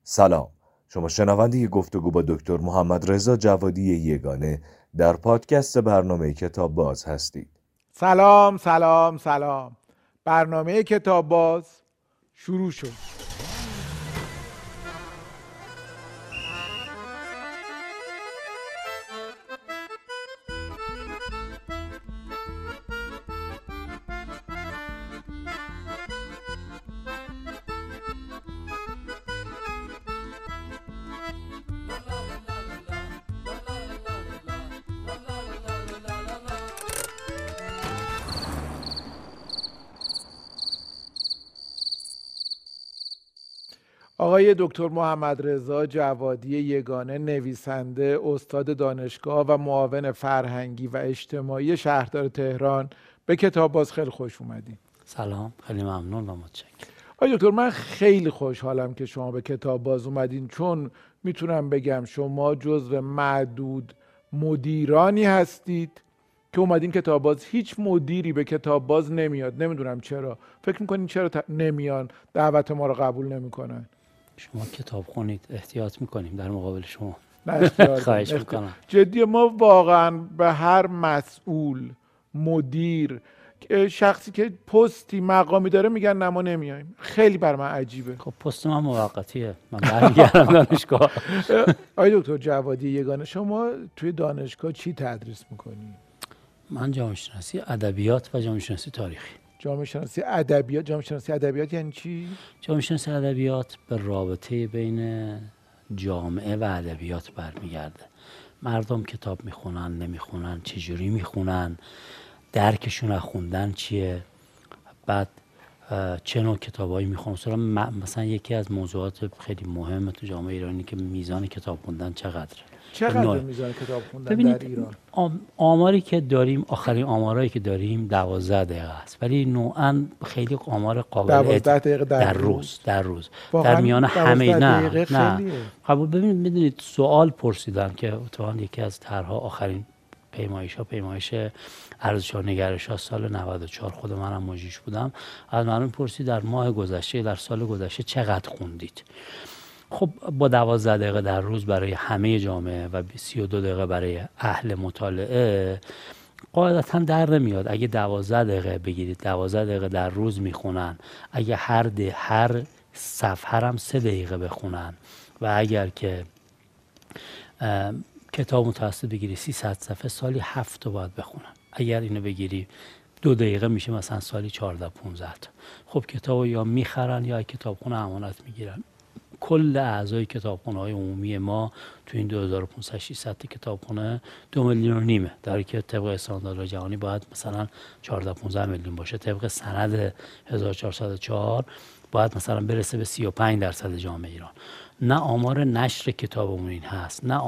سلام، شما شنونده گفتگو با دکتر محمد رضا جوادی یگانه در پادکست برنامه کتاب باز هستید. سلام. برنامه کتاب باز شروع شد. آقای دکتر محمد رضا جوادی یگانه، نویسنده، استاد دانشگاه و معاون فرهنگی و اجتماعی شهردار تهران، به کتاب باز خیلی خوش اومدید. سلام، خیلی ممنون و متشکرم. آقای دکتر، من خیلی خوشحالم که شما به کتاب باز اومدین، چون میتونم بگم شما جزو معدود مدیرانی هستید که اومدین کتاب باز. هیچ مدیری به کتاب باز نمیاد، نمیدونم چرا. فکر میکنین چرا نمیان، دعوت ما رو قبول نمیکنن؟ شما کتاب خونید، احتیاط میکنیم در مقابل شما. خواهش میکنم. جدی، ما واقعا به هر مسئول، مدیر، شخصی که پستی مقامی داره میگن نه ما نمیایم. خیلی بر من عجیبه. خب پست من موقتیه، من برمیگردم دانشگاه. آقای دکتر جوادی یگانه، شما توی دانشگاه چی تدریس میکنی؟ من جامعه شناسی ادبیات و جامعه شناسی تاریخی. جامعه شناسی ادبیات. جامعه شناسی ادبیات یعنی چی؟ جامعه شناسی ادبیات به رابطه بین جامعه و ادبیات برمیگرده. مردم کتاب میخونن، نمیخونن، چجوری میخونن، درکشون از خوندن چیه، بعد چه نوع کتابایی میخونن. مثلا یکی از موضوعات خیلی مهمه تو جامعه ایرانی که میزان کتاب خوندن چقدره. چقدر میزان کتاب خوندن در ایران؟ آماری که داریم، آخرین آمارایی که داریم 12 دقیقه است، ولی نوعاً خیلی آمار قابل 12 دقیقه در روز. در میان همه. نه قبول. ببینید، میدونید سوال پرسیدن که اتفاقاً یکی از طرح‌ها آخرین پیمایش ارزش و نگرش ها سال 94، خود منم مجریش بودم، از مردم پرسید در ماه گذشته، در سال گذشته چقدر خوندید. خب با 12 دقیقه در روز برای همه جامعه و 32 دقیقه برای اهل مطالعه قاعدتا در نمیاد. اگه 12 دقیقه بگیرید، 12 دقیقه در روز میخونن، اگه هر صفحه هم 3 دقیقه بخونن و اگر که کتاب متوسط بگیری 300 صفحه، سالی 7 تا باید بخونن. اگر اینو بگیری 2 دقیقه میشه مثلا سالی 14-15 تا. خب کتابو یا میخرن یا کتابخونه امانت میگیرن. کل اعضای کتابخونه‌های عمومی ما تو این 2500-600 تا کتابخونه 2.5 میلیون، در حالی که طبق استانداردهای جهانی باید مثلا 14-15 میلیون باشه. طبق سند 1404 باید مثلا برسه به 35% جامعه ایران. نه آمار نشر کتابمون این هست، نه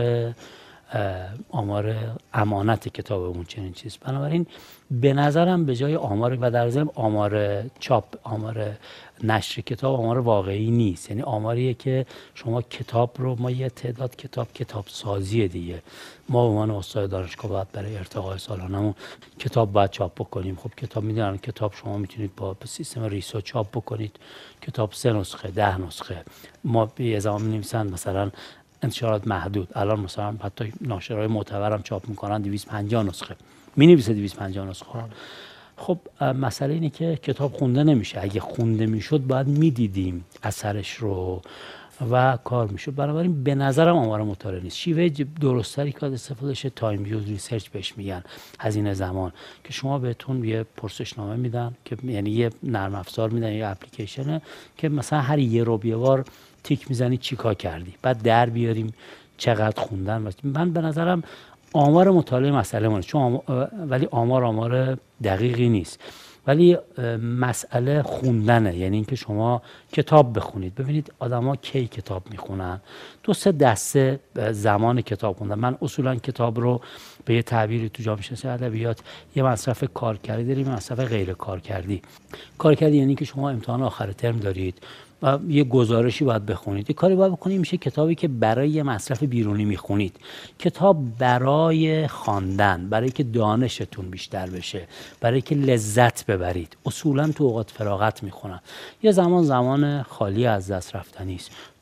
آمار امانت کتابمون چنین چیز. بنابراین به نظرم به جای آمار، و در ضمن آمار چاپ، آمار نشر کتاب آمار واقعی نیست. یعنی آماریه که شما کتاب رو، ما یه تعداد کتاب سازیه دیگه. ما به عنوان استاد دانشگاه باید برای ارتقای سالانمون کتاب باید چاپ بکنیم. خب کتاب میدونن، کتاب شما میتونید با سیستم ریسو چاپ بکنید. کتاب 3 نسخه، 10 نسخه. ما یه زمان می‌نویسن مثلا انتشارات محدود، الان مثلا حتی ناشرهای معتبرم چاپ میکنن 250 نسخه، می‌نویسه 250 نسخه. خب مسئله اینه که کتاب خونده نمیشه. اگه خونده میشد باید میدیدیم اثرش رو و کار میشد. بنابراین به نظرم آمار مطالعه نیست. شیوه درستری که استفاده شه تایم یوز ریسرچ بهش میگن، هزینه زمان، که شما بهتون یه پرسشنامه میدن، که یعنی یه نرم افزار میدن، یه اپلیکیشنه که مثلا هر یه بار تیک میزنی چیکار کردی، بعد در بیاریم چقدر خوندن. من به نظرم آمار مطالعه مسئله مونه، چون ولی آمار دقیقی نیست. ولی مسئله خوندنه، یعنی اینکه شما کتاب بخونید. ببینید آدما کی کتاب میخونن؟ 2-3 دسته زمان کتاب خوندن. من اصولا کتاب رو به یه تعبیری تو جامعه شناسی ادبیات یه مصرف کارکردی داریم، مصرف غیر کارکردی. کارکردی یعنی که شما امتحان آخر ترم دارید و یه گزارشی باید بخونید، یه کاری باید بکنید، میشه کتابی که برای مصرف بیرونی میخونید. کتاب برای خواندن، برای که دانشتون بیشتر بشه، برای که لذت ببرید. اصولا تو اوقات فراغت میخونن. یه زمان خالی از دست رفتنی است.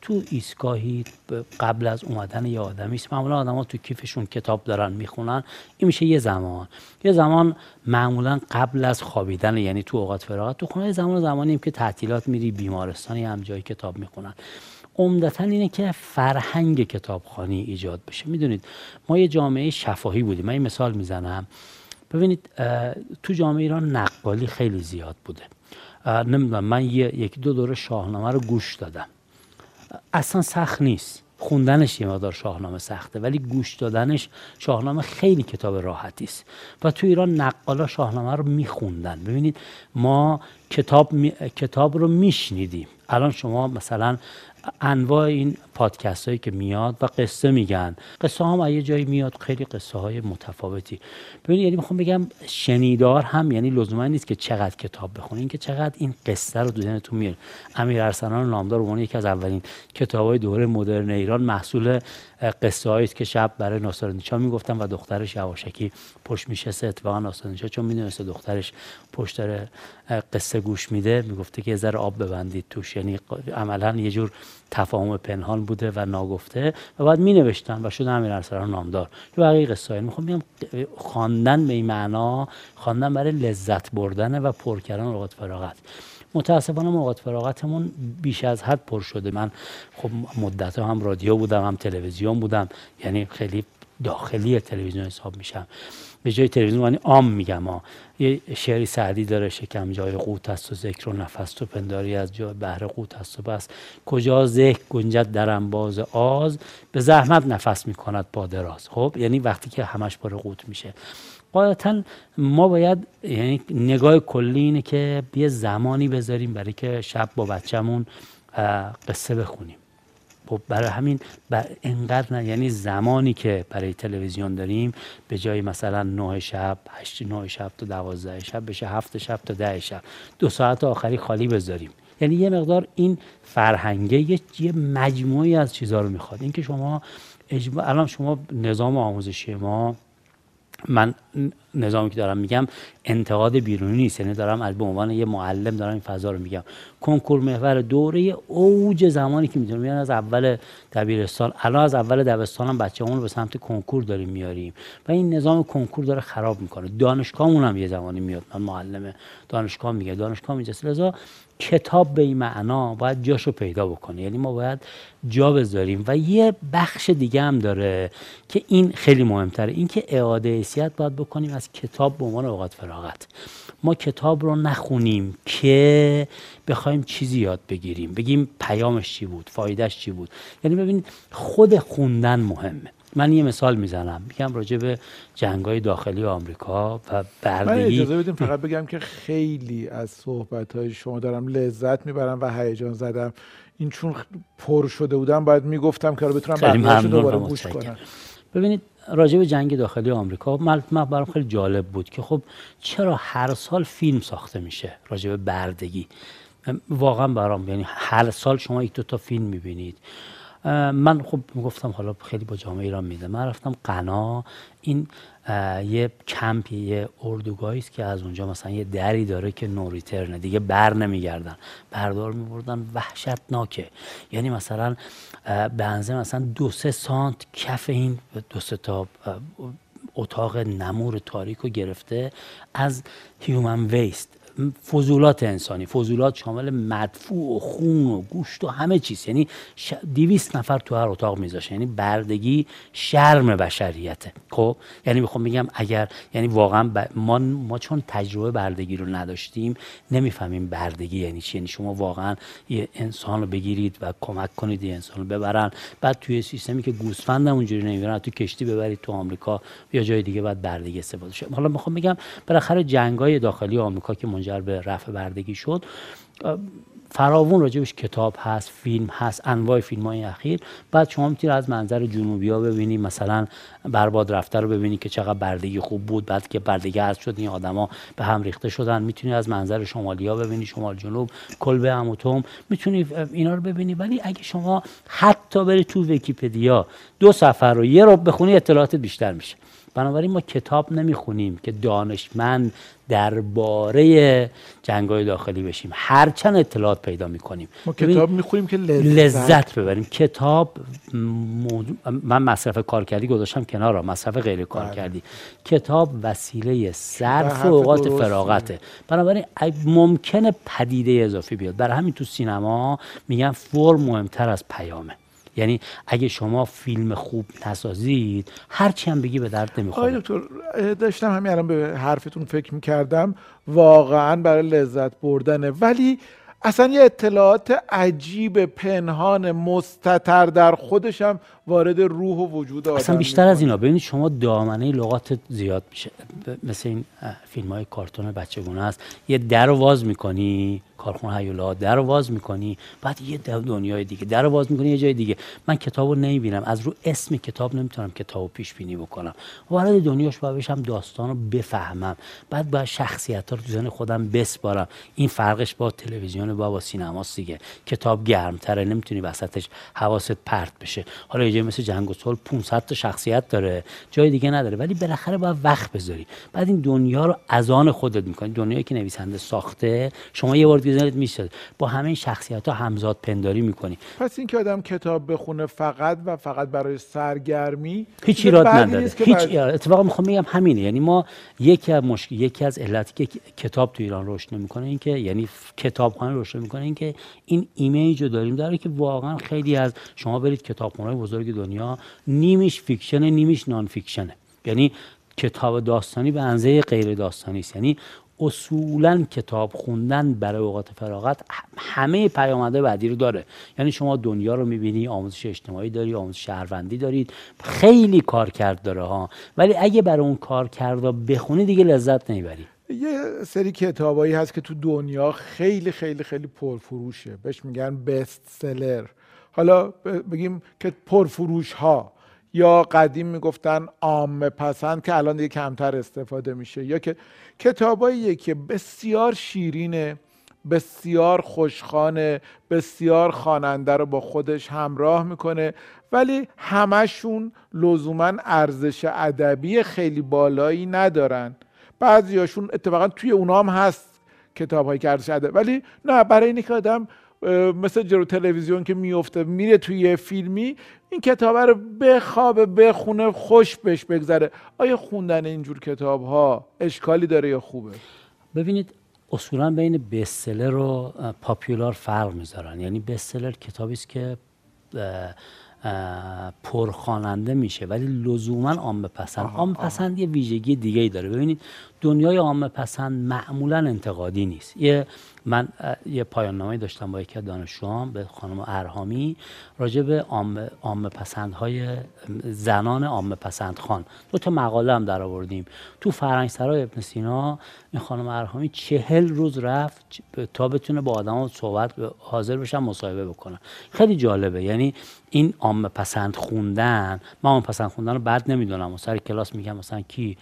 تو ایستگاهی قبل از اومدن یه آدمی است. معمولا آدما تو کیفشون کتاب دارن میخونن. این میشه یه زمان معمولا قبل از خوابیدن، یعنی تو اوقات فراغت تو خونه. زمانیم که تعطیلات میری بیمارستانی، هم جای کتاب میخونن. عمدتاً اینه که فرهنگ کتابخوانی ایجاد بشه. میدونید ما یه جامعه شفاهی بودیم. من این مثال میزنم. ببینید تو جامعه ایران نقالی خیلی زیاد بوده. نمیدونم، من یکی دو دوره شاهنامه رو گوش دادم. اصلا سخت نیست. خوندنش یه مقدار شاهنامه سخته، ولی گوش دادنش شاهنامه خیلی کتاب راحتی است. و تو ایران نقالا شاهنامه رو میخوندن. ببینید ما کتاب رو میشنیدیم. الان شما مثلا انواع این پادکست هایی که میاد و قصه میگن، قصه هم یه جایی میاد خیلی قصه های متفاوتی. ببینید یعنی میخوام بگم شنیدار هم یعنی لزوما نیست که چقدر کتاب بخونین، که چقدر این قصه رو تو ذهنتون میاره. امیر ارسلان نامدار به عنوان یکی از اولین کتاب‌های دوره مدرن ایران محصول قصه هایی است که شب برای ناصرالدین شاه میگفتن و دخترش یواشکی پشت میشسته. اتفاقا ناصرالدین شاه چون میدونسته دخترش پشت داره قصه گوش میده، میگفته که یه ذره آب ببندید توش. یعنی عملاً یه جور تفاهم پنهان بوده و ناگفته و بعد می نوشتن و شد امیر ارسلان نامدار. تو بقیه قصه های میخوام بگم خواندن به این معنا، خواندن برای لذت بردن و پر کردن اوقات فراغت. متاسفانه اوقات فراغتمون بیش از حد پر شده. من خب مدت‌ها هم رادیو بودم هم تلویزیون بودم، یعنی خیلی داخلی تلویزیون حساب میشم. به جای تلویزیون یعنی عام میگم یه شعری سعدی داره: شکم جای قوت است و ذکر و نفس و پنداری از جای بحر قوت است و بس، کجا ذکر گنجد در انباز آز، به زحمت نفس میکند با دراز. خب یعنی وقتی که همش پر قوت میشه. قاعدتا ما باید یعنی نگاه کلی اینه که یه زمانی بذاریم برای که شب با بچه‌مون قصه بخونیم. برای همین اینقدر نه، یعنی زمانی که برای تلویزیون داریم به جای مثلا 9 شب 9 شب تا 12 شب بشه 7 شب تا 10 شب، 2 ساعت آخری خالی بذاریم. یعنی یه مقدار این فرهنگه یه مجموعی از چیزا رو میخواد. این که شما الان شما نظام آموزشی ما، من نظامی که دارم میگم انتقاد بیرونی نیست، یعنی دارم از به عنوان یه معلم دارم این فضا رو میگم. کنکور محور دوره اوج زمانی که میتونیم از اول دبیرستان، الان از اول دبستان هم بچه‌مون رو به سمت کنکور داریم میاریم و این نظام کنکور داره خراب میکنه. دانشگاهمون هم یه زمانی میاد، من معلم دانشگاه میگه دانشگاه اینجاست. لذا کتاب به این معنا باید جاشو پیدا بکنه، یعنی ما باید جا بذاریم. و یه بخش دیگه هم داره که این خیلی مهمتره، این که اعاده حیثیت باید بکنیم از کتاب به عنوان اوقات فراغت. ما کتاب رو نخونیم که بخوایم چیزی یاد بگیریم، بگیم پیامش چی بود، فایدهش چی بود. یعنی ببینید خود خوندن مهمه. من یه مثال میزنم، میگم راجع به جنگ‌های داخلی آمریکا و بردگی. من اجازه بدیم فقط بگم که خیلی از صحبت‌های شما دارم لذت میبرم و هیجان زدم. این چون پر شده بودم باید میگفتم که رو بتونم بقیه‌اشو دوباره گوش کنم. ببینید راجع به جنگ داخلی آمریکا من برام خیلی جالب بود که خب چرا هر سال فیلم ساخته میشه راجع به بردگی. واقعا برام یعنی هر سال شما 1-2 تا فیلم میبینید. من خب میگفتم حالا خیلی با جامعه ایران میده. من رفتم قنا، این یه کمپی، یه اردوگاهی است که از اونجا مثلا یه دری داره که نو ریترنه، دیگه بر نمیگردن، بردار میبردن. وحشتناکه. یعنی مثلا به اندازه مثلا 2-3 سانت کف این 2-3 تا اتاق نمور تاریک رو گرفته از هیومن ویست، فضولات انسانی، فضولات شامل مدفوع و خون و گوشت و همه چیز. یعنی 200 نفر تو هر اتاق میذاشن. یعنی بردگی شرم بشریته. خب یعنی میخوام بگم اگر یعنی واقعا ما چون تجربه بردگی رو نداشتیم نمیفهمیم بردگی یعنی چی. یعنی شما واقعا یه انسان رو بگیرید و کمک کنید یه انسان رو ببرن، بعد توی سیستمی که گوسفند هم اونجوری نمیبرن تو کشتی ببرید تو آمریکا یا جای دیگه بعد بردگی استفاده شه. حالا میخوام بگم بالاخره جنگ‌های داخلی آمریکا که منجر به رفع بردگی شد، فراوون راجبش کتاب هست، فیلم هست، انواع فیلم‌های اخیر. بعد شما میتونید از منظر جنوبی‌ها ببینید، مثلا برباد رفته رو ببینید که چقدر بردگی خوب بود، بعد که بردگی حذف شد این آدما به هم ریخته شدن. میتونید از منظر شمالی‌ها ببینید، شمال جنوب، کلبه هموتوم، میتونید اینا رو ببینید. ولی اگه شما حتی برید تو ویکی‌پدیا 2 صفحه رو یه رو بخونی اطلاعات بیشتر میشه. بنابراین ما کتاب نمیخونیم که دانشمند درباره جنگ‌های داخلی بشیم، هرچند اطلاعات پیدا میکنیم. ما کتاب میخونیم که لذت ببریم. کتاب من مصرف کارکردی گذاشتم کنار، مصرف غیر کارکردی. کتاب وسیله صرف اوقات فراغته. بنابراین ممکنه پدیده اضافی بیاد. برای همین تو سینما میگن فرم مهمتر از پیامه. یعنی اگه شما فیلم خوب نسازید هرچی هم بگی به درد نمیخوره. آقای دکتر داشتم همین الان به حرفتون فکر میکردم، واقعا برای لذت بردنه، ولی اصلا یه اطلاعات عجیب پنهان مستتر در خودش هم وارد روح و وجود آدم اصلا بیشتر از اینا. ببینید شما دامنه لغات زیاد میشه، مثل این فیلم های کارتون بچگونه است، یه در رو باز میکنی، کارخونه هیولا در رو باز میکنی، بعد یه دنیای دیگه در رو باز میکنی، یه جای دیگه. من کتابو نمیبینم، از رو اسم کتاب نمیتونم کتابو پیش بینی بکنم. وارد دنیاش باید بشم، داستانو بفهمم، بعد باید شخصیت‌ها رو تو ذهن خودم بسپارم. این فرقش با تلویزیون با سینماست دیگه. کتاب گرم‌تره، نمیتونی وسطش حواست پرت بشه. حالا یه جای مثل جنگ و صلح 500 تا شخصیت داره، جای دیگه نداره، ولی بالاخره باید وقت بذاری. بعد این دنیا رو از آن خودت می‌کنی. دنیایی که نویسنده ساخته، شما یه بار ذهنت میشه با همه این شخصیت‌ها همزاد پنداری می‌کنی. پس این که آدم کتاب بخونه فقط و فقط برای سرگرمی هیچ ایراد نداره. هیچ اتفاقا میخوام بگم همینه. یعنی ما یکی از علتی که کتاب تو ایران رشد نمی‌کنه این که، یعنی کتابخانه رشد نمی‌کنه این که این ایمیج رو داریم داره که واقعا خیلی از شما برید کتابخونه‌های بزرگ دنیا نیمیش فیکشن نیمیش نان فیکشنه. یعنی کتاب داستانی به اندازه غیر داستانی است. یعنی اصولاً کتاب خوندن برای اوقات فراغت همه پیامدهای بعدی رو داره. یعنی شما دنیا رو می‌بینی، آموزش اجتماعی داری، آموزش شهروندی دارید، خیلی کارکرد داره ها. ولی اگه برای اون کارکردا بخونی دیگه لذت نمیبری. یه سری کتابایی هست که تو دنیا خیلی خیلی خیلی پرفروشه، بهش میگن بست سلر. حالا بگیم که پرفروش ها، یا قدیم میگفتن عامه پسند که الان دیگه کمتر استفاده میشه، یا که کتاباییه که بسیار شیرینه، بسیار خوشخوانه، بسیار خواننده رو با خودش همراه میکنه، ولی همشون لزوما ارزش ادبی خیلی بالایی ندارن. بعضیاشون اتفاقا توی اونام هست کتاب‌هایی که ارزش ادبی، ولی نه، برای اینکه که آدم مثل جلو تلویزیون که میفته میره توی یه فیلمی، این کتابه رو بخوابه، بخونه، خوش بهش بگذره. آیا خوندن اینجور کتاب‌ها اشکالی داره یا خوبه؟ ببینید اصولا بین بستسلر و پاپیولار فرق میذارن. یعنی بستسلر کتابی است که پرخواننده میشه ولی لزوما عامه پسند. عامه پسند یه ویژگی دیگه ای داره. ببینید دنیای عامه پسند معمولا انتقادی نیست. من یه پایان نامه داشتم با یکی از دانشجوام به خانم ارهامی راجع به عامه پسندهای زنان عامه پسند خان 2 تا مقاله هم در آوردیم. تو فرهنگسرای ابن سینا این خانم ارهامی 40 روز رفت تا بتونه با آدما صحبت حاضر بشن مصاحبه بکنن. خیلی جالبه. یعنی این عامه پسند خوندن، من عامه پسند خوندن رو بد نمیدونم. سر کلاس میگم مثلا کی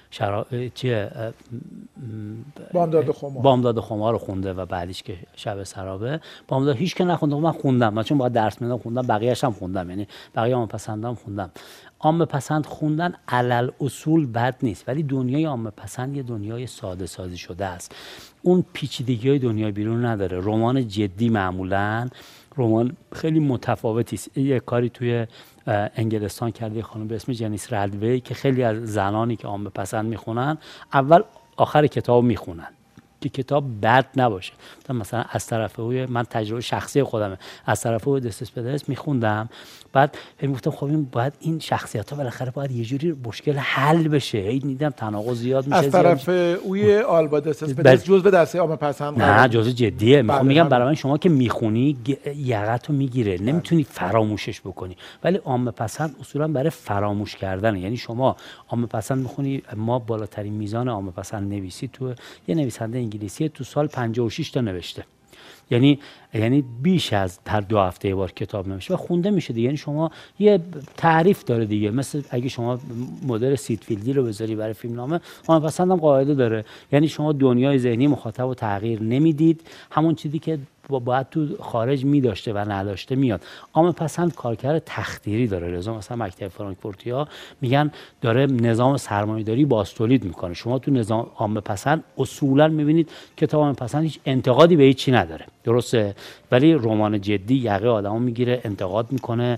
بامداد خمار رو خونده و بعدیش که شب سرابه. بامداد هیچ که نخونده، من خوندم، من چون باید درس میدادم خوندم، بقیه‌اش هم خوندم، یعنی بقیه عامه پسندام خوندم. عامه پسند خوندن علل اصول بد نیست، ولی دنیای عامه پسند یه دنیای ساده سازی شده است. اون پیچیدگی‌های دنیای بیرون نداره. رمان جدی معمولاً رمان خیلی متفاوتی است. یه کاری توی انگلستان کرده خانم به اسم جنیس ردوی که خیلی از زنانی که عامه پسند میخونن اول آخر کتاب میخونن که کتاب بد نباشه. مثلا از طرف من تجربه شخصی خودمه، از طرف دستسپدرس میخوندم، بعد میگفتم خب این باید این شخصیت‌ها بالاخره باید یه جوری مشکل حل بشه. این دیدم تناقض زیاد میشه. از طرف اوی آلبا دستسپدرس جزء دسته عامه پسند نه، جزء جدیه. میخوام میگم برای من شما که میخونی یقتو میگیره، نمیتونی فراموشش بکنی. ولی عامه پسند اصولا برای فراموش کردنه. یعنی شما عامه پسند میخونی، ما بالاترین میزان عامه پسند نویسی تو یه نویسنده انگلیسی تو سال 56 تا نوشته. یعنی بیش از هر 2 هفته یه بار کتاب نمیشه و خونده میشه دیگه. یعنی شما یه تعریف داره دیگه، مثل اگه شما مدل سیتفیلدی رو بذاری برای فیلمنامه، عامه پسند هم قاعده داره. یعنی شما دنیای ذهنی مخاطب رو تغییر نمیدید، همون چیزی که باید تو خارج می‌داشته و نداشته میاد. عامه پسند کارکرد تخدیری داره. لذا مثلا مکتب فرانکفورتیا میگن داره نظام سرمایه‌داری بازتولید میکنه. شما تو نظام عامه پسند اصولا میبینید کتاب عامه پسند هیچ انتقادی به هیچی نداره، درسته؟ ولی رمان جدی یقه آدمو میگیره، انتقاد میکنه،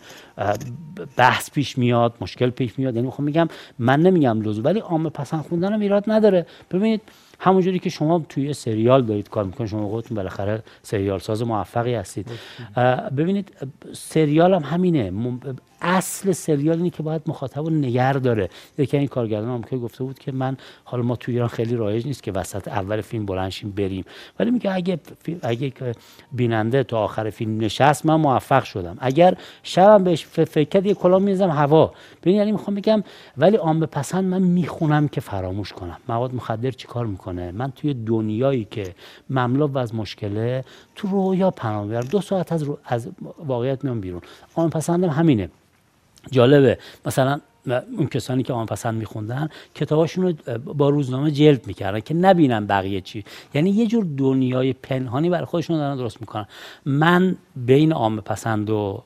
بحث پیش میاد، مشکل پیش میاد. یعنی میخوام میگم، من نمیگم لزوم، ولی عامه پسند خوندنم ایراد نداره. ببینید همونجوری که شما توی سریال دارید کار میکنید، شما خودتون بالاخره سریال ساز موفقی هستید. ببینید سریال هم همینه. اصل سریال اینه که باید مخاطب رو نگه داره. یکی این کارگردان آمریکایی گفته بود که حالا ما تو ایران خیلی رایج نیست که وسط اول فیلم بلند شیم بریم، ولی میگه اگه بیننده تا آخر فیلم نشست من موفق شدم. اگر شبم بهش فکر کرد یه کلاه میزنم هوا. ببین یعنی میخوام بگم، ولی عامه پسند من میخونم که فراموش کنم. مواد مخدر چیکار میکنه؟ من توی دنیایی که مملو از مشکله تو رویا پناه میبرم، 2 ساعت از واقعیت میام بیرون. عامه پسندم همینه. جالبه مثلا اون کسانی که عامه پسند میخوندن کتاباشون رو با روزنامه جلد میکردن که نبینن بقیه چی، یعنی یه جور دنیای پنهانی برای خودشون دارن درست میکنن. من بین عامه پسند و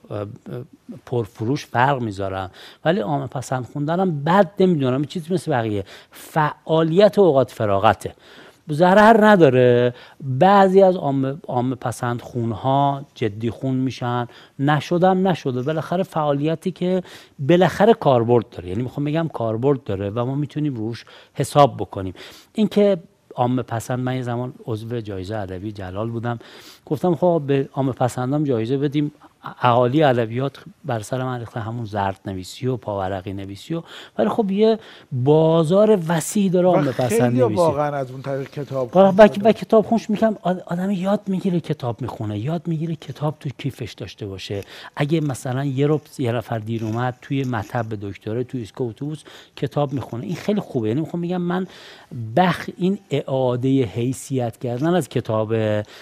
پرفروش فرق میذارم، ولی عامه پسند خوندنم بد نمیدونم، چیزی مثل بقیه فعالیت اوقات فراغته، ضرر نداره. بعضی از عامه پسند خونها جدی خون میشن، نشده بالاخره فعالیتی که بالاخره کاربرد داره. یعنی میخوام بگم کاربرد داره و ما میتونیم روش حساب بکنیم. اینکه عامه پسند، من یه زمان عضو جایزه ادبی جلال بودم، گفتم خب به عامه پسندام جایزه بدیم. اهالی ادبیات بر سر من ریختن همون زرد نویسی و پاورقی نویسی ولی خب یه بازار وسیع داره عامه پسند نویسی. واقعا از اون طریق کتاب و کتاب خونش میگم آدم یاد میگیره کتاب میخونه، یاد میگیره کتاب تو کیفش داشته باشه. اگه مثلا یه نفر دیر اومد توی مطب دکتره توی ایستگاه اتوبوس کتاب میخونه، این خیلی خوبه. یعنی میخوام بگم من این اعاده حیثیت کردن از کتاب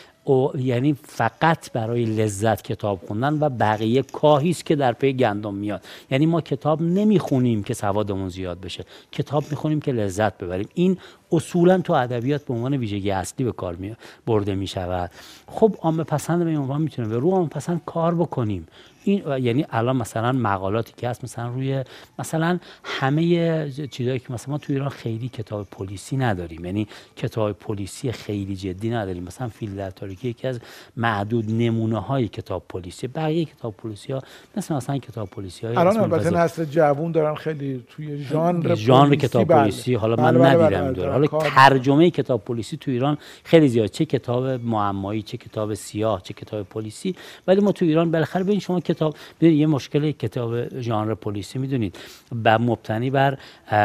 یعنی فقط برای لذت کتاب خوندن و بقیه کاهیست که در پی گندم میاد. یعنی ما کتاب نمیخونیم که سوادمون زیاد بشه، کتاب میخونیم که لذت ببریم. این اصولا تو ادبیات به عنوان ویژگی اصلی به کار برده میشود. خب عامه پسند به این عنوان میتونه به رو عامه پسند کار بکنیم. این یعنی الان مثلا مقالاتی که هست مثلا روی مثلا همه چیزایی که مثلا ما تو ایران خیلی کتاب پلیسی نداریم، یعنی کتاب پلیسی خیلی جدی نداریم. مثلا فیل در تاریکی یکی از معدود نمونه های کتاب پلیسی. بقیه کتاب پلیسی ها مثلا کتاب پلیسی های الان البته نسل جوان دارن خیلی توی ژانر کتاب پلیسی حالا من ندیدم داره. حالا ترجمه کتاب پلیسی تو ایران خیلی زیاد، چه کتاب معمایی، چه کتاب سیاه، چه کتاب پلیسی. ولی ما تو ایران بالاخره ببین شما کتاب یه مشکل کتاب ژانر پلیسی میدونید مبتنی بر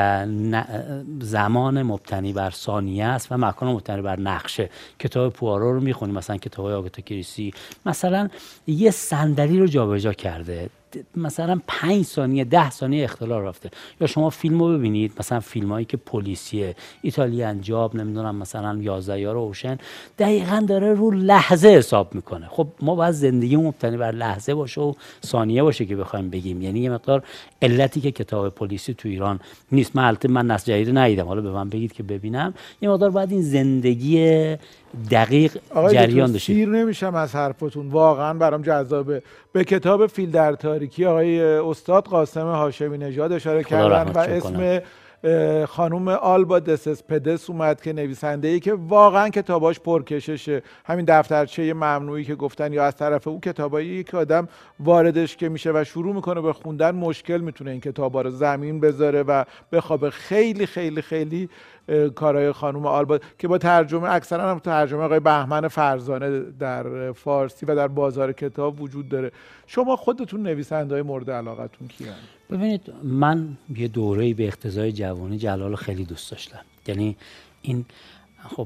زمان مبتنی بر ثانیه است و مکان مبتنی بر نقشه. کتاب پوارو رو میخونیم، مثلا کتاب آگاتا کریستی مثلا یه صندلی رو جابجا کرده، مثلا 5 ثانیه 10 ثانیه اختلال رفته. یا شما فیلمو ببینید، مثلا فیلمایی که پلیسیه، ایتالیان جاب، نمیدونم مثلا 11 یار اوشن، دقیقاً داره رو لحظه حساب میکنه. خب ما باید زندگی مبتنی بر لحظه باشه و ثانیه باشه که بخوایم بگیم. یعنی یه مقدار علتی که کتاب پلیسی تو ایران نیست. من نسل جدید ندیدم، حالا به من بگید که ببینم. یه مقدار باید این زندگی دقیق جریان داشته. سیر نمیشم از حرفتون، واقعا برام جذابه. به کتاب فیل در تاریکی آقای استاد قاسم هاشمی نژاد اشاره کردن و اسم خانم آلبا دسپدس اومد که نویسنده‌ای که واقعا کتاباش پرکششه. همین دفترچه ممنوعی که گفتن، یا از طرف او کتابایی که آدم واردش که میشه و شروع میکنه به خوندن مشکل میتونه این کتابا رو زمین بذاره و بخوابه. خیلی خیلی خیلی کارهای خانم آلبا که با ترجمه، اکثرا هم ترجمه آقای بهمن فرزانه در فارسی و در بازار کتاب وجود داره. شما خودتون نویسنده‌های مورد علاقتون کیان؟ ببینید من یه دوره‌ای به اقتضای جوانی جلال رو خیلی دوست داشتم. یعنی این خب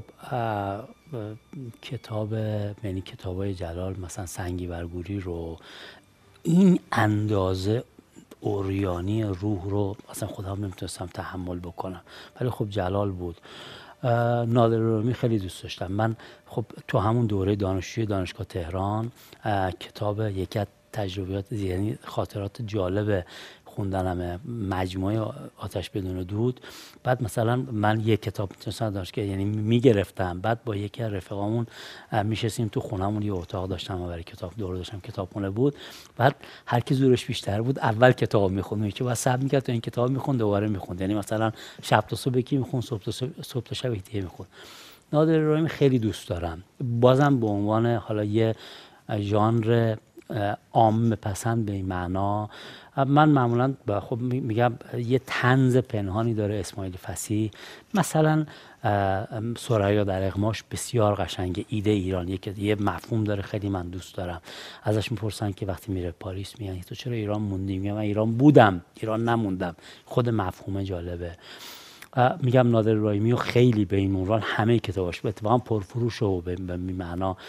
کتابای جلال مثلا سنگی برگوری رو این اندازه اوریانی روح رو اصلا خودم نمیتونستم تحمل بکنم، ولی خب جلال بود. نادر رومی خیلی دوست داشتم. من خب تو همون دوره دانشجوی دانشگاه تهران کتاب یکی از تجربیات، یعنی خاطرات جالب خوندنم مجموعه آتش بدون دود. بعد مثلا من یک کتاب مثلا داشت که یعنی میگرفتم، بعد با یکی از رفقامون میشستیم تو خونمون، یه اتاق داشتم و برای کتاب دور داشتم، کتابخونه بود. بعد هر کی زورش بیشتر بود اول کتاب میخوند، که بعد صبر میکرد تا این کتاب میخوند دوباره میخوند، یعنی مثلا شب تا صبح یکی میخوند، صبح تا شب یکی میخوند. نادر ابراهیمی خیلی دوست دارم، بازم به عنوان حالا یه ژانر عام پسند به این معنا. من معمولا خب میگم یه طنز پنهانی داره اسماعیل فصیح. مثلا ثریا در اغماش بسیار قشنگه، ایده ایران، یه مفهوم داره خیلی من دوست دارم. ازش میپرسن که وقتی میره پاریس میگن تو چرا ایران موندی؟ میگم من ایران بودم، ایران نموندم. خود مفهوم جالبه. میگم نادر ابراهیمی و خیلی به این عنوان همه کتاباش اتفاقا پرفروش و به معنا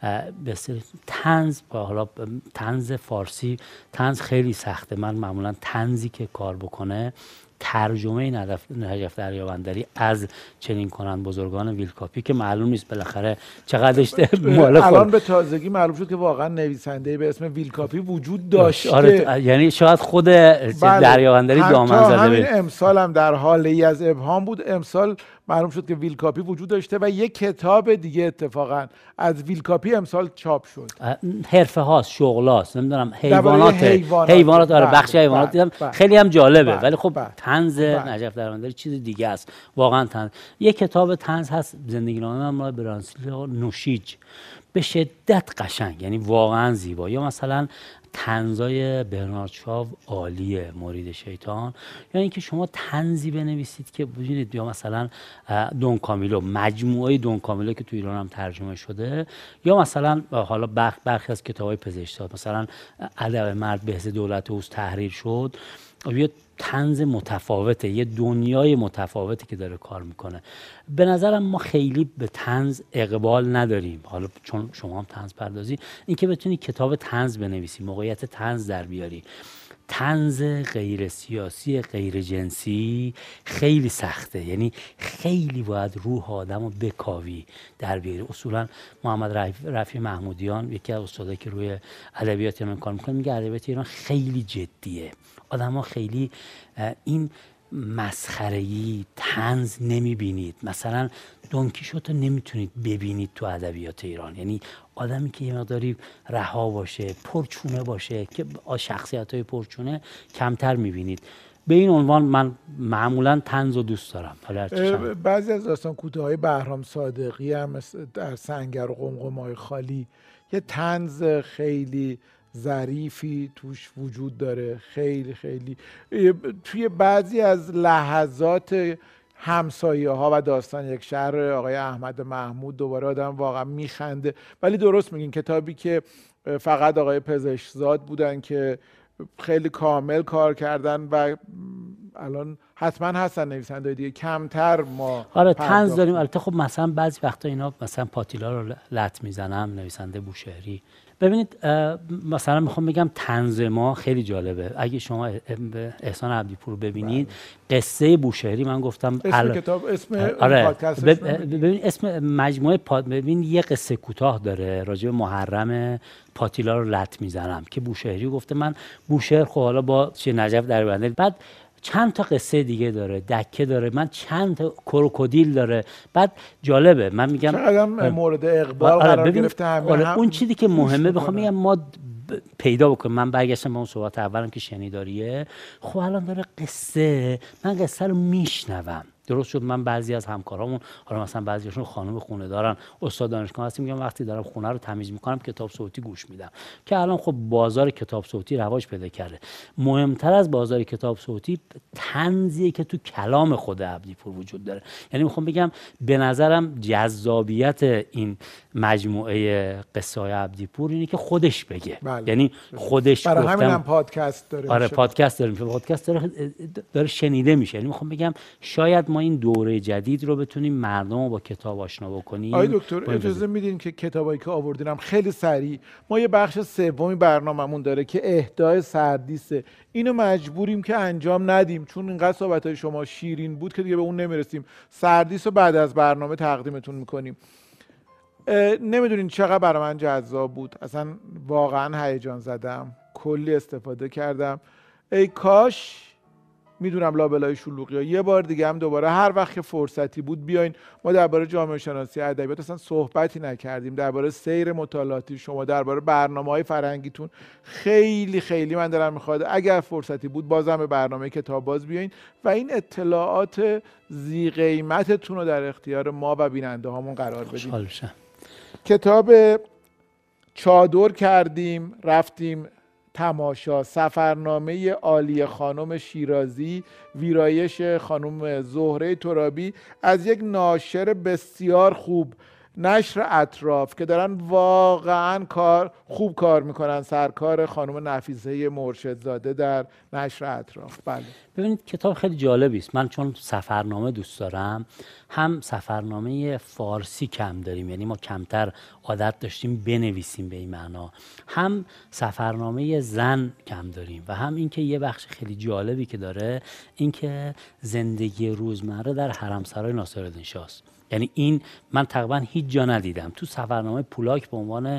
طنز. حالا طنز فارسی، طنز خیلی سخته. من معمولا طنزی که کار بکنه ترجمه نجف دریابندری از چنین کنن بزرگان ویلکاپی که معلوم نیست بالاخره چقدرش مال خود. الان به تازگی معلوم شد که واقعا نویسنده به اسم ویلکاپی وجود داشته. آره، یعنی شاید خود دریابندری دامن زده همین امسال هم در حال ای از ابهام بود. امسال معلوم شد که ویلکاپی وجود داشته و یک کتاب دیگه اتفاقا از ویلکاپی امسال چاپ شد. حرفه هاست، شغل هاست، نمیدونم حیوانات آره، بخش حیوانات دیدم خیلی هم جالبه. ولی خب طنز نجف دریابندری چیز دیگه است واقعا. طنز یه کتاب طنز هست، زندگی نامه مال برانسیل نوشیج، به شدت قشنگ، یعنی واقعا زیبا. یا مثلا طنزای برنارد شاو عالیه، مرید شیطان. یا اینکه شما طنزی بنویسید که ببینید، یا مثلا دون کامیلو، مجموعه دون کامیلو که تو ایران هم ترجمه شده، یا مثلا حالا برخی از کتابای پزشکی، مثلا ادب مرد بهز دولت اوست تحریر شد، یه طنز متفاوته، یه دنیای متفاوتی که داره کار میکنه. به نظرم ما خیلی به طنز اقبال نداریم، حالا چون شما هم طنز پردازی، این که بتونی کتاب طنز بنویسی، موقعیت طنز در بیاری. طنز غیر سیاسی، غیر جنسی خیلی سخته، یعنی خیلی باید روح آدمو بکاوی در بیاری. اصولا محمد رفیع محمودیان، یکی از استادایی که روی ادبیات ایران کار میکنه، میگه ادبیات ایران خیلی جدیه، آدما خیلی این مسخره‌ای طنز نمیبینید. مثلا دون کیشوتو نمیتونید ببینید تو ادبیات ایران، یعنی آدمی که یه مقداری رها باشه، پرچونه باشه، که شخصیت‌های پرچونه کمتر میبینید. به این عنوان من معمولا طنز رو دوست دارم. بعضی از داستان کوتاهای بهرام صادقی هم در سنگر و قمقمه‌های خالی یه طنز خیلی ظریفی توش وجود داره، خیلی خیلی توی بعضی از لحظات همسایه ها و داستان یک شهر آقای احمد محمود دوباره آدم واقعا میخنده. ولی درست میگین، کتابی که فقط آقای پزشکزاد بودن که خیلی کامل کار کردن و الان حتما هستن نویسنده دیگه، کمتر ما آره طنز داریم. البته خب مثلا بعضی وقتا اینا مثلا پاتیلا رو لط میزنم، نویسنده بوشهری. ببینید مثلا میخوام بگم طنز ما خیلی جالبه. اگه شما احسان عبدیپور رو ببینید، قصه بوشهری، من گفتم اسم کتاب، اسم آره پادکست، ببین اسم مجموعه ببین یه قصه کوتاه داره راجع به محرم پاتیلا رو لط میزنم که بوشهری گفته من بوشهر خب حالا با نجف دریابندری، بعد چند تا قصه دیگه داره، دکه داره، من چند تا کروکودیل داره. بعد جالبه، من میگم چقدر مورد اقبال قرار گرفته. اون چیزی که مهمه بخوام میگم ما پیدا بکنم. من برگشتم به اون صحبت اولم که شنیداریه. خب الان داره قصه، من قصه رو میشنوم. درست شد. من بعضی از همکارامون، حالا مثلا بعضیاشون خانم خونه دارن، استاد دانشگاه هستیم، میگم وقتی دارم خونه رو تمیز میکنم کتاب صوتی گوش میدم، که الان خب بازار کتاب صوتی رواج پیدا کرده. مهمتر از بازار کتاب صوتی طنزیه که تو کلام خود عبدیپور وجود داره. یعنی میخوام بگم به نظرم جذابیت این مجموعه قصه های عبدیپور اینه که خودش بگه. بله. یعنی خودش برای گفتم. همین هم پادکست داره. آره پادکست داره میشه، پادکست داره شنیده میشه. یعنی میخوام بگم شاید ما این دوره جدید رو بتونیم مردم رو با کتاب آشنا بکنیم. آقای دکتر اجازه میدین که کتابایی که آوردینم خیلی سریع، ما یه بخش سومی برنامه‌مون داره که اهدای سردیسه، اینو مجبوریم که انجام ندیم چون اینقدر صحبت‌های شما شیرین بود که دیگه به اون نمیرسیم. سردیس رو بعد از برنامه تقدیمتون میکنیم. نمیدونین چقدر برای من جذاب بود، اصلا واقعا هیجان زدم، کلی استفاده کردم. ای کاش، میدونم لابلای شلوغی ها، یه بار دیگه هم دوباره هر وقت که فرصتی بود بیاین. ما درباره جامعه شناسی ادبیات اصلا صحبتی نکردیم، درباره سیر مطالعاتی شما، درباره برنامه‌های فرهنگیتون خیلی خیلی من دلم میخواد اگر فرصتی بود بازم به برنامه کتاب باز بیاین و این اطلاعات ذی قیمتتون رو در اختیار ما و بیننده هامون قرار بدیم. کتاب چادر کردیم، رفتیم تماشا، سفرنامه عالی خانم شیرازی، ویرایش خانم زهره ترابی از یک ناشر بسیار خوب، نشر اطراف، که دارن واقعا خوب کار میکنن، سرکار خانم نفیسه مرشدزاده در نشر اطراف. بله ببینید کتاب خیلی جالبی است. من چون سفرنامه دوست دارم، هم سفرنامه فارسی کم داریم، یعنی ما کمتر عادت داشتیم بنویسیم به این معنا، هم سفرنامه زن کم داریم و هم اینکه یه بخش خیلی جالبی که داره اینکه زندگی روزمره در حرمسرای ناصرالدین شاه است. یعنی این من تقریبا هیچ جا ندیدم. تو سفرنامه پولاک به عنوان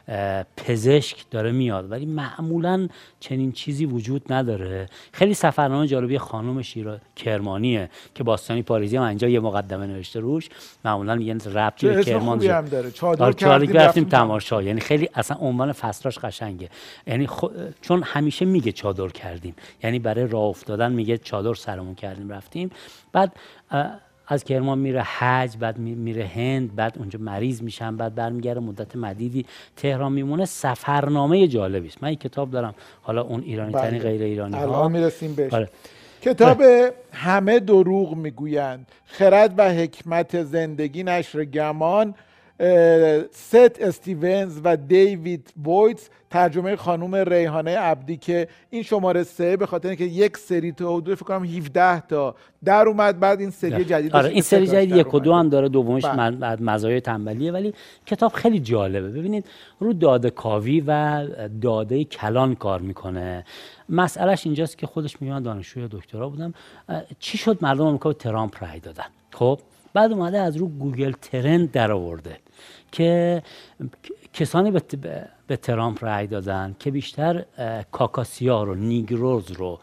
پزشک داره میاد ولی معمولا چنین چیزی وجود نداره. خیلی سفرنامه جالبی خانم کرمانیه که باستانی پاریزی هم اینجا یه مقدمه نوشته روش، معمولا میگن ربطی به کرمان داره. چادر رفتیم تماشا، یعنی خیلی اصلا عنوان فصلاش قشنگه. یعنی چون همیشه میگه چادر کردیم، یعنی برای راه افتادن میگه چادر سرمون کردیم رفتیم. بعد از کرمان میره حج، بعد میره هند، بعد اونجا مریض میشن، بعد برمیگره مدت مدیدی تهران میمونه. سفرنامه جالبی است. من این کتاب دارم، حالا اون ایرانی ترین غیر ایرانی ها الان میرسیم بهش. کتاب همه دروغ میگویند، خرد و حکمت زندگی، نشر گمان، ست استیونز و دیوید بویتز، ترجمه خانم ریحانه عبدی که این شماره 3 به خاطر اینکه یک سری تا حدود فکر کنم 17 تا در اومد، بعد این سری جدید این سری جدید 1 و 2 هم داره، دومش مزایای تنبلیه، ولی کتاب خیلی جالبه. ببینید رو داده کاوی و داده کلان کار میکنه. مسئلهش اینجاست که خودش میگه من دانشجوی دکترا بودم، چی شد مردم آمریکا به ترامپ رای دادن؟ خب بعد اومده از رو گوگل ترند در آورده که کسانی به ترامپ رای دادن که بیشتر کاکاسیا رو، نیگروز رو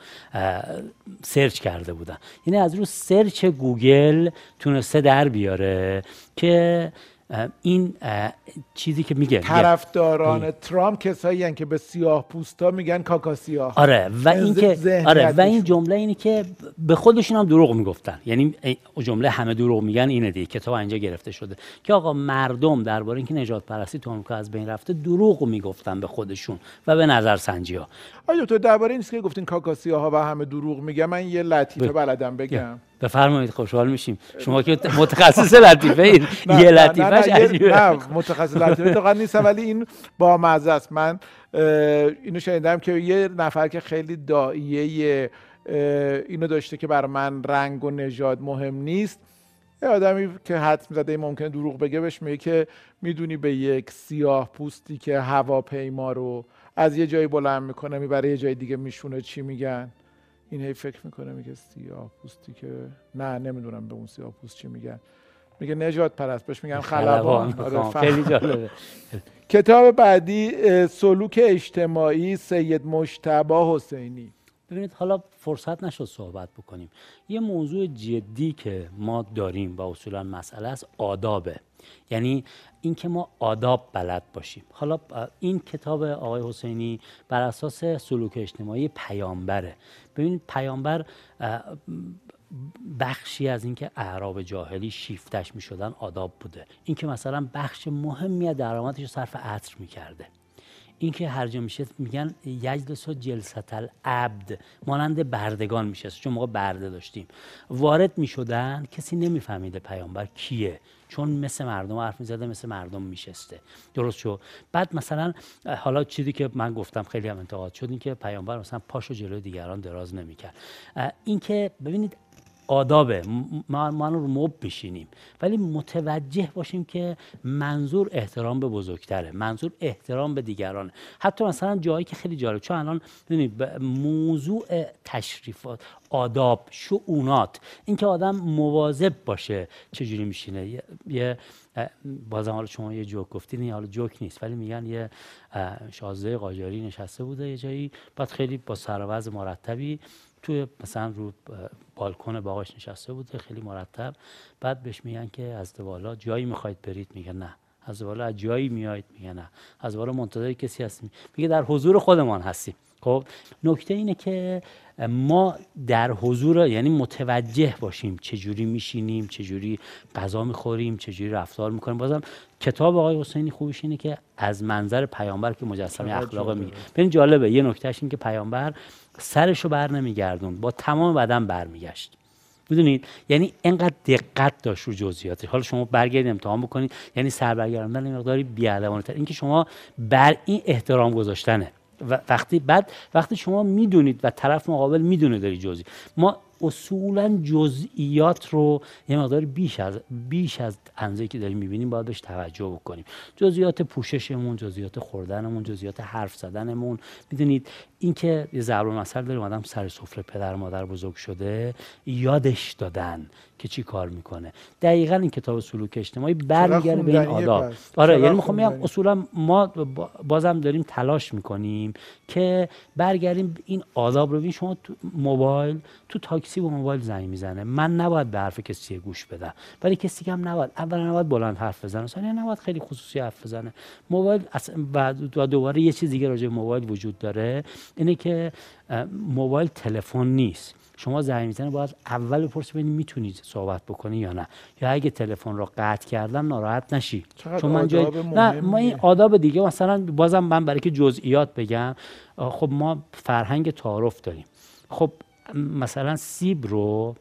سرچ کرده بودن. یعنی از رو سرچ گوگل تونسته در بیاره که این چیزی که میگه طرفداران ترامپ کسایی هستن که به سیاه پوستا میگن کاکاسیا. آره و این جمله اینه که به خودشون هم دروغ میگفتن. یعنی جمله همه دروغ میگن اینه دیگه. کتاب اینجا گرفته شده که آقا مردم درباره اینکه نژاد پرستی تو آمریکا از بین رفته دروغ میگفتن به خودشون و به نظرسنجی ها. آیا تو درباره این که گفتین کاکاسیا ها و همه دروغ میگن، من یه لطیفه بلدم بگم. بفرمایید، خوشحال میشیم. شما که متخصص لطیفه اید، یه لطیفه‌اش عجیبه. نه متخصص لطیفه واقعا نیستم ولی این با مزه است. من اینو شنیدم که یه نفر که خیلی داعیه اینو داشته که برای من رنگ و نژاد مهم نیست، یه آدمی که حدس می‌زده ممکنه دروغ بگه بهش میگه که میدونی به یک سیاه پوستی که هواپیما رو از یه جایی بلند میکنه میبره یه جای دیگه میشونه چی میگن؟ این هی فکر میکنه میگه سیاه پوستی که نه نمیدونم به اون سیاه پوست چی میگن، میگه نژاد پرست، بهش میگن خلبان. خیلی جالبه. کتاب بعدی سلوک اجتماعی، سید مجتبی حسینی. ببینید حالا فرصت نشد صحبت بکنیم. یه موضوع جدی که ما داریم و اصولا مسئله است آدابه، یعنی اینکه ما آداب بلد باشیم. حالا این کتاب آقای حسینی بر اساس سلوک اجتماعی پیامبره. ببینید پیامبر بخشی از اینکه اعراب جاهلی شیفتش میشدن آداب بوده. اینکه مثلا بخش مهمی از درآمدش رو صرف عطر میکرده. اینکه هر جا میشه میگن یجلس جلسة العبد، مانند بردگان میشست، چون موقع برده داشتیم وارد میشدن کسی نمیفهمیده پیامبر کیه، چون مثل مردم حرف میزده، مثل مردم میشسته. درست شد. بعد مثلا حالا چیزی که من گفتم خیلی هم انتقاد شد، این که پیامبر مثلا پاشو جلوی دیگران دراز نمیکرد. این که ببینید آدابه، ما رو مب بشینیم، ولی متوجه باشیم که منظور احترام به بزرگتره، منظور احترام به دیگرانه. حتی مثلا جایی که خیلی جالب، چون الان ببینید موضوع تشریفات، آداب، شؤونات، اینکه آدم مواظب باشه چجوری میشینه. یه بازم حالا شما یه جوک گفتین، حالا جوک نیست ولی میگن یه شازده قاجاری نشسته بوده یه جایی، بعد خیلی با سر و وضع مرتبی توی مثلا رو بالکن باغش نشسته بوده خیلی مرتب، بعد بهش میگن که از بالا جایی میخواید برید؟ میگه نه. از بالا از جایی میایید؟ میگه نه. از بالا منتظر کسی هستیم؟ میگه در حضور خودمان هستیم. خب نکته اینه که ما در حضور، یعنی متوجه باشیم چجوری میشینیم، چجوری غذا میخوریم، چجوری رفتار میکنیم. بازم کتاب آقای حسینی خوبیش اینه که از منظر پیامبر که مجسمه اخلاق میگه. ببین جالبه، یه نکتهش این که پیامبر سرشو بر نمیگردون، با تمام بدن برمیگشت. میدونید یعنی اینقدر دقت داشت رو جزئیات. حالا شما برگردید امتحان بکنید، یعنی سر برگردوندن مقداری بی‌ادبانه تر، اینکه شما بر این احترام گذاشتنه. و وقتی شما میدونید و طرف مقابل میدونه داری جزئی، ما اصولا جزئیات رو یه مقدار بیش از اندازه‌ای که داریم میبینیم باید بهش توجه بکنیم. جزئیات پوششمون، جزئیات خوردنمون، جزئیات حرف زدنمون. میدونید این که یه ضرب المثل داریم، آدم سر سفره پدر مادر بزرگ شده یادش دادن که چی کار میکنه. دقیقاً این کتاب سلوک اجتماعی برمیگرده به این آداب. آره یعنی میخوام بگم اصولا ما بازم داریم تلاش میکنیم که برگردیم این آداب رو. ببین شما تو موبایل، تو تاکسی با موبایل زنگ میزنه، من نباید به حرف کسی گوش بدم، ولی کسی هم نباید، اولا نباید بلند حرف بزنه، ثانیا نباید خیلی خصوصی حرف بزنه. موبایل بعد دوباره یه چیز دیگه راجع به موبایل وجود داره، اینه که موبایل تلفن نیست. شما زنگ میزنه باید اول بپرسی ببینید میتونید صحبت بکنی یا نه، یا اگه تلفن رو قطع کردم ناراحت نشی. چون من نه، ما این آداب دیگه، مثلا بازم من برای که جزئیات بگم، خب ما فرهنگ تعارف داریم. خب مثلا سیب رو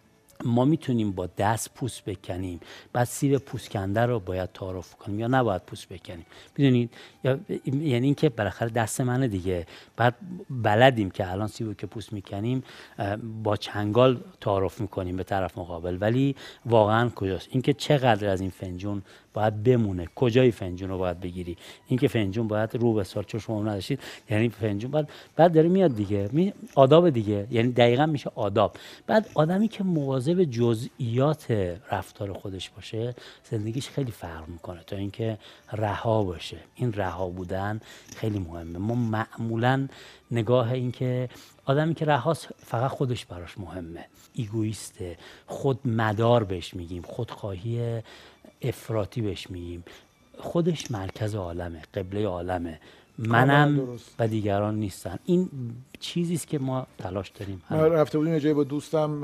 ما میتونیم با دست پوست بکنیم، بعد سیب پوست کنده رو باید تعارف کنیم یا نباید پوست بکنیم. میدونید یعنی اینکه بالاخره دست منه دیگه، بعد بلدیم که الان سیبو که پوست میکنیم با چنگال تعارف میکنیم به طرف مقابل، ولی واقعا کجاست اینکه چقدر از این فنجون باید بمونه، کجای فنجون رو باید بگیری، اینکه فنجون باید رو به سال، چون شما نداشتید، یعنی فنجون بعد داره میاد دیگه، آداب دیگه، یعنی دقیقاً میشه آداب. بعد آدمی که مواظب جزئیات رفتار خودش باشه، زندگیش خیلی فرق میکنه تا اینکه رها باشه. این رها بودن خیلی مهمه. ما معمولاً نگاه این که آدمی که رهاست فقط خودش براش مهمه، ایگویسته، خودمدار بهش میگیم، خودخواهی افراطی بهش میگیم، خودش مرکز عالمه، قبله عالمه، منم و دیگران نیستن. این چیزی است که ما تلاش داریم. ما رفته بودیم یه جایی با دوستم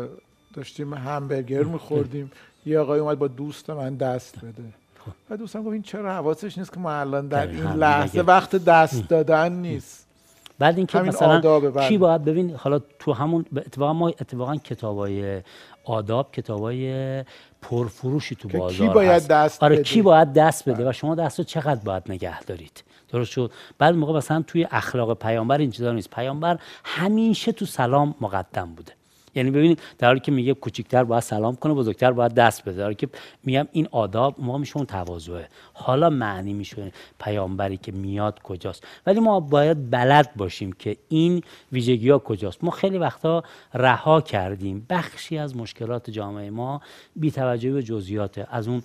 داشتیم همبرگر میخوردیم، یه آقای اومد با دوست من دست بده و دوستم گفت این چرا حواسش نیست که ما الان در این لحظه وقت دست دادن نیست. بعد اینکه مثلا کی باید ببین، حالا تو همون اتفاقا کتابای آداب کتابای پرفروشی تو بازار کی باید دست بده. کی باید دست بده و شما دستو چقدر باید نگه دارید. درست شد. بعد موقع مثلا توی اخلاق پیامبر این چیزا نیست. پیامبر همیشه تو سلام مقدم بوده. یعنی ببینید در حالی که میگه کوچیک‌تر باید سلام کنه، بزرگتر باید دست بده، در حالی که میگم این آداب ما میشه اون تواضعه. حالا معنی میشه پیامبری که میاد کجاست، ولی ما باید بلد باشیم که این ویژگی‌ها کجاست. ما خیلی وقتا رها کردیم بخشی از مشکلات جامعه ما بی توجهی به جزئیات، از اون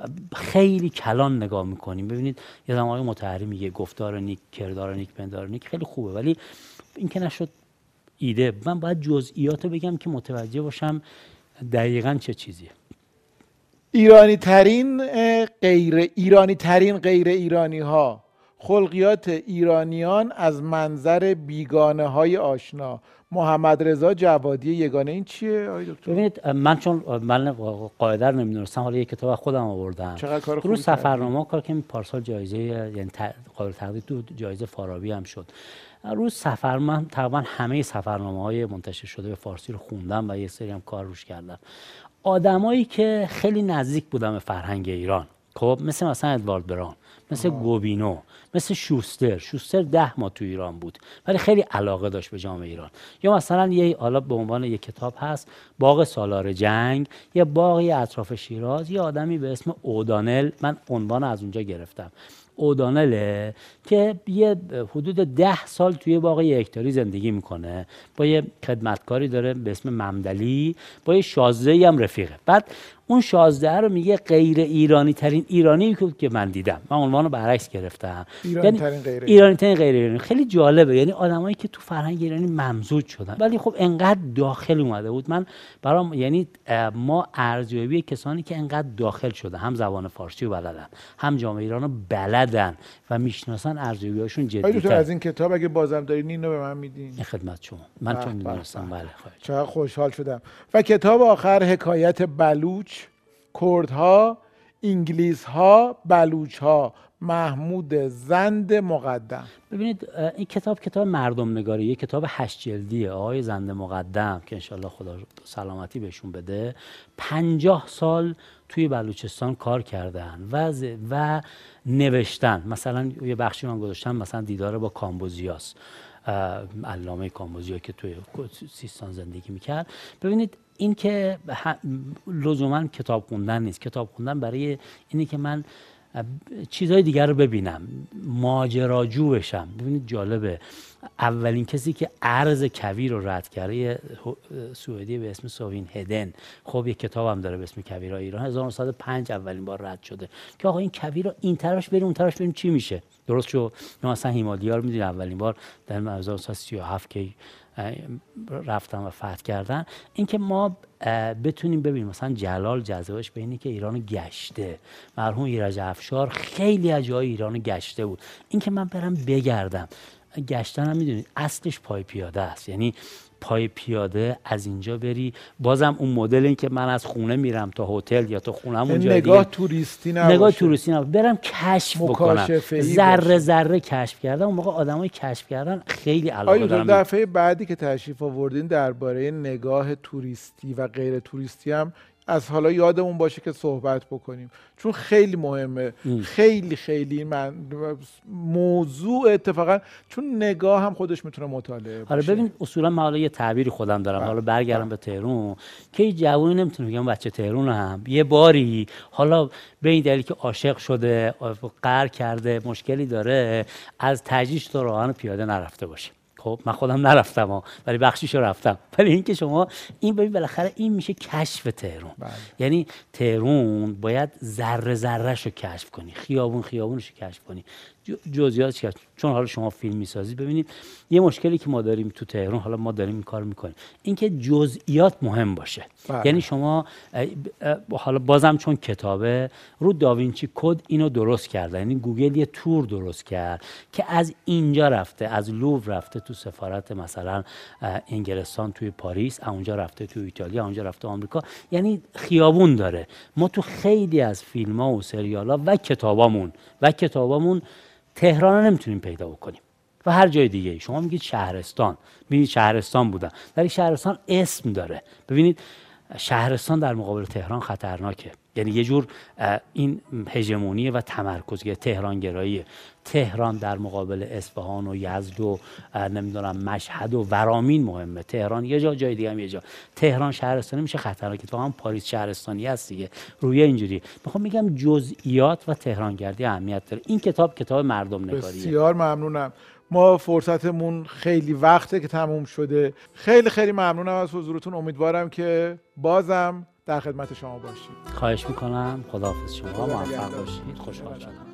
خیلی کلان نگاه میکنیم. ببینید یه زمانی مطهری میگه گفتار نیک، کردار نیک، پندار نیک خیلی خوبه، ولی این که نشد ایده. من باید جزئیاتو بگم که متوجه باشم دقیقاً چه چیزیه. ایرانی ترین غیر ایرانی ها، خلقیات ایرانیان از منظر بیگانه های آشنا. محمد رضا جوادی یگانه. این چیه آقای دکتر؟ ببینید من چون قاعده رو نمیدونستم، حالا یک کتاب خودم آوردم. چقدر کار خوبی. رو سفرنامه کار که پارسال جایزه، یعنی قابل تقدیر تو جایزه فارابی هم شد. روز سفر من تقریبا همه سفرنامه‌های منتشر شده به فارسی رو خوندم و یه سری هم کار روش کردم. آدمایی که خیلی نزدیک بودن به فرهنگ ایران، خب مثلا ادوارد براون، مثل گوبینو، مثل شوستر 10 ماه تو ایران بود ولی خیلی علاقه داشت به جامعه ایران. یا مثلا حالا به عنوان یک کتاب هست باغ سالار جنگ، یه باغی اطراف شیراز، یه آدمی به اسم اودانل، من عنوان از اونجا گرفتم، اودانله که یه حدود 10 سال توی باغ 1 هکتاری زندگی میکنه، با یه خدمتکاری داره به اسم ممدلی، با یه شازده‌ای هم رفیقه. بعد اون 16 رو میگه غیر ایرانی ترین ایرانی که من دیدم. من عنوانو برعکس گرفتم، ایرانی ترین غیر ایرانی ترین غیر ایرانی. خیلی جالبه، یعنی آدمایی که تو فرهنگ ایرانی ممزوج شدن ولی خب انقدر داخل اومده بود. من برام یعنی ما ارزیابی کسانی که انقدر داخل شده، هم زبان فارسی رو بلدن، هم جامعه ایرانو بلدن و میشناسن، ارزیابیاشون جدی‌تره. از این کتاب اگه بازم دارین اینو به من میدین؟ این خدمت شما. من چون میدونستم. بله چقدر خوشحال شدم. و کتاب آخر حکایت بلوچ، کردها، انگلیس‌ها، بلوچ‌ها، محمود زند مقدم. ببینید این کتاب مردم نگاری، یک کتاب 8 جلدیه آقای زند مقدم که انشالله خدا سلامتی بهشون بده. 50 سال توی بلوچستان کار کردن و نوشتن. مثلا یه بخشی من گذاشتم مثلا دیدار با کامبوزیاس، علامه کامبوزیا که توی سیستان زندگی میکرد. ببینید این که لزوما کتاب خوندن نیست. کتاب خوندن برای اینه که من چیزهای دیگر رو ببینم، ماجراجو بشم. ببینید جالبه، اولین کسی که ارز کویر رو رد کرده سوئدی به اسم سوین هدن، خب یک کتاب هم داره به اسم کویرهای ایران، 1905 اولین بار رد شده که آقا این کویر رو این طرفش بریم اون طرفش بریم چی میشه. درست شو. مثلا هیمالیا رو میدونید اولین بار در 1937 که رفتن و فتح کردن. این که ما بتونیم ببینیم مثلا جلال جذابش به اینه که ایرانو گشته. مرحوم ایرج افشار خیلی از جای ایرانو گشته بود. این که من برم بگردم، گشتن هم میدونید اصلش پای پیاده است. یعنی پای پیاده از اینجا بری، بازم اون مدل این که من از خونه میرم تا هتل یا تا خونه‌مون جای دیگه، نگاه توریستی نباشه، نگاه توریستی نباشه، برم کشف بکنم، ذره کشف کردم. اون موقع آدمای کشف کردن خیلی علاقه دارن. دفعه بعدی که تشریف آوردین درباره نگاه توریستی و غیر توریستی هم از حالا یادمون باشه که صحبت بکنیم، چون خیلی مهمه. خیلی من موضوع اتفاقا چون نگاه هم خودش میتونه مطالعه باشه. ببین اصولا من حالا یه تعبیری خودم دارم، حالا برگردم به تهران، که این جوونی نمیتونه بگم بچه تهران هم یه باری حالا به این دلیل که عاشق شده، قهر کرده، مشکلی داره، از تجریش تا راهن پیاده نرفته باشه. خب من خودم نرفتم ولی بخشیشو رفتم. ولی اینکه شما این ببین بالاخره این میشه کشف تهران. یعنی تهران باید ذره‌شو کشف کنی، خیابونشو کشف کنی، جزئیاتش کشف. چون حالا شما فیلم میسازی، ببینید یه مشکلی که ما داریم تو تهران، حالا ما داریم این کارو میکنیم، اینکه جزئیات مهم باشه. یعنی شما حالا بازم چون کتابه رو داوینچی کد اینو درست کرده، یعنی گوگل یه تور درست کرد که از اینجا رفته، از لوور رفته تو سفارت مثلا انگلستان توی پاریس، اونجا رفته تو ایتالیا، اونجا رفته آمریکا، یعنی خیابون داره. ما تو خیلی از فیلم‌ها و سریال‌ها و کتابامون تهران رو نمیتونیم پیدا بکنیم و هر جای دیگه. شما میگید شهرستان، میگید شهرستان بودن، ولی شهرستان اسم داره. ببینید شهرستان در مقابل تهران خطرناکه. یعنی یه جور این هژمونی و تمرکزگری، تهران گرایی. تهران در مقابل اصفهان و یزد و نمیدونم مشهد و ورامین مهمه. تهران یه جای دیگه هم یه جا. تهران شهرستانی میشه خطرناکه. تو هم پاریس شهرستانی هست دیگه. رویه اینجوری. میخوام میگم جزئیات و تهرانگردی اهمیت داره. این کتاب مردم نگاریه. بسیار ممنونم. ما فرصتمون خیلی وقته که تموم شده. خیلی ممنونم از حضورتون. امیدوارم که بازم در خدمت شما باشیم. خواهش میکنم. خداحافظ شما. موفق باشید. خوشحال شدم.